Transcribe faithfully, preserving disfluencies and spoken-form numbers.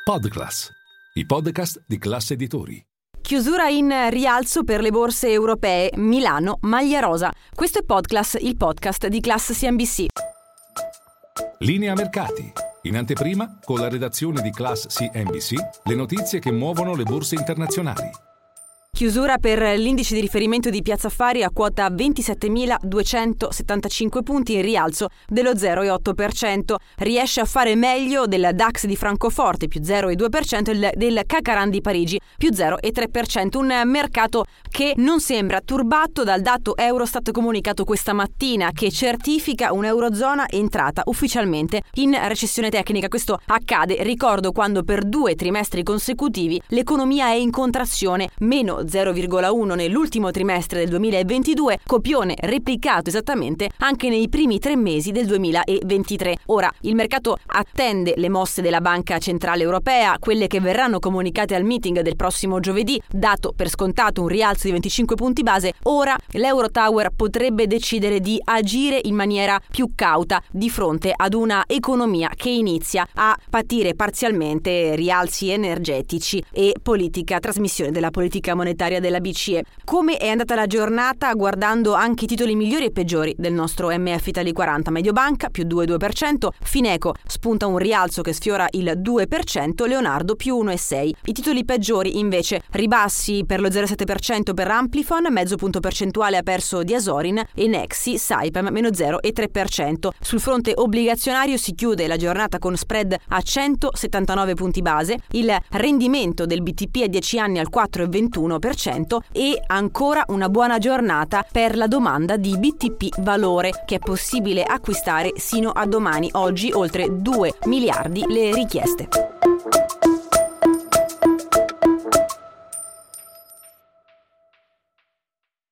Podclass, i podcast di Class Editori. Chiusura in rialzo per le borse europee, Milano, maglia rosa. Questo è Podclass, il podcast di Class C N B C. Linea mercati. In anteprima, con la redazione di Class C N B C, le notizie che muovono le borse internazionali. Chiusura per l'indice di riferimento di Piazza Affari a quota ventisettemiladuecentosettantacinque punti, in rialzo dello zero virgola otto per cento. Riesce a fare meglio del DAX di Francoforte, più zero virgola due per cento, e del CAC di Parigi, più zero virgola tre per cento. Un mercato che non sembra turbato dal dato Eurostat comunicato questa mattina, che certifica un'eurozona entrata ufficialmente in recessione tecnica. Questo accade, ricordo, quando per due trimestri consecutivi l'economia è in contrazione, meno zero virgola uno nell'ultimo trimestre del duemilaventidue, copione replicato esattamente anche nei primi tre mesi del duemilaventitré. Ora, il mercato attende le mosse della Banca Centrale Europea, quelle che verranno comunicate al meeting del prossimo giovedì, dato per scontato un rialzo di venticinque punti base. Ora l'Eurotower potrebbe decidere di agire in maniera più cauta di fronte ad una economia che inizia a patire parzialmente rialzi energetici e politica, trasmissione della politica monetaria della B C E. Come è andata la giornata guardando anche i titoli migliori e peggiori del nostro M F Italy quaranta? Mediobanca più due virgola due per cento, Fineco spunta un rialzo che sfiora il due per cento, Leonardo più uno virgola sei per cento. I titoli peggiori invece ribassi per lo zero virgola sette per cento per Amplifon, mezzo punto percentuale ha perso Diasorin e Nexi, Saipem meno zero virgola tre per cento. Sul fronte obbligazionario si chiude la giornata con spread a centosettantanove punti base, il rendimento del B T P a dieci anni al quattro virgola ventuno per cento e ancora una buona giornata per la domanda di B T P Valore, che è possibile acquistare sino a domani. Oggi oltre due miliardi le richieste.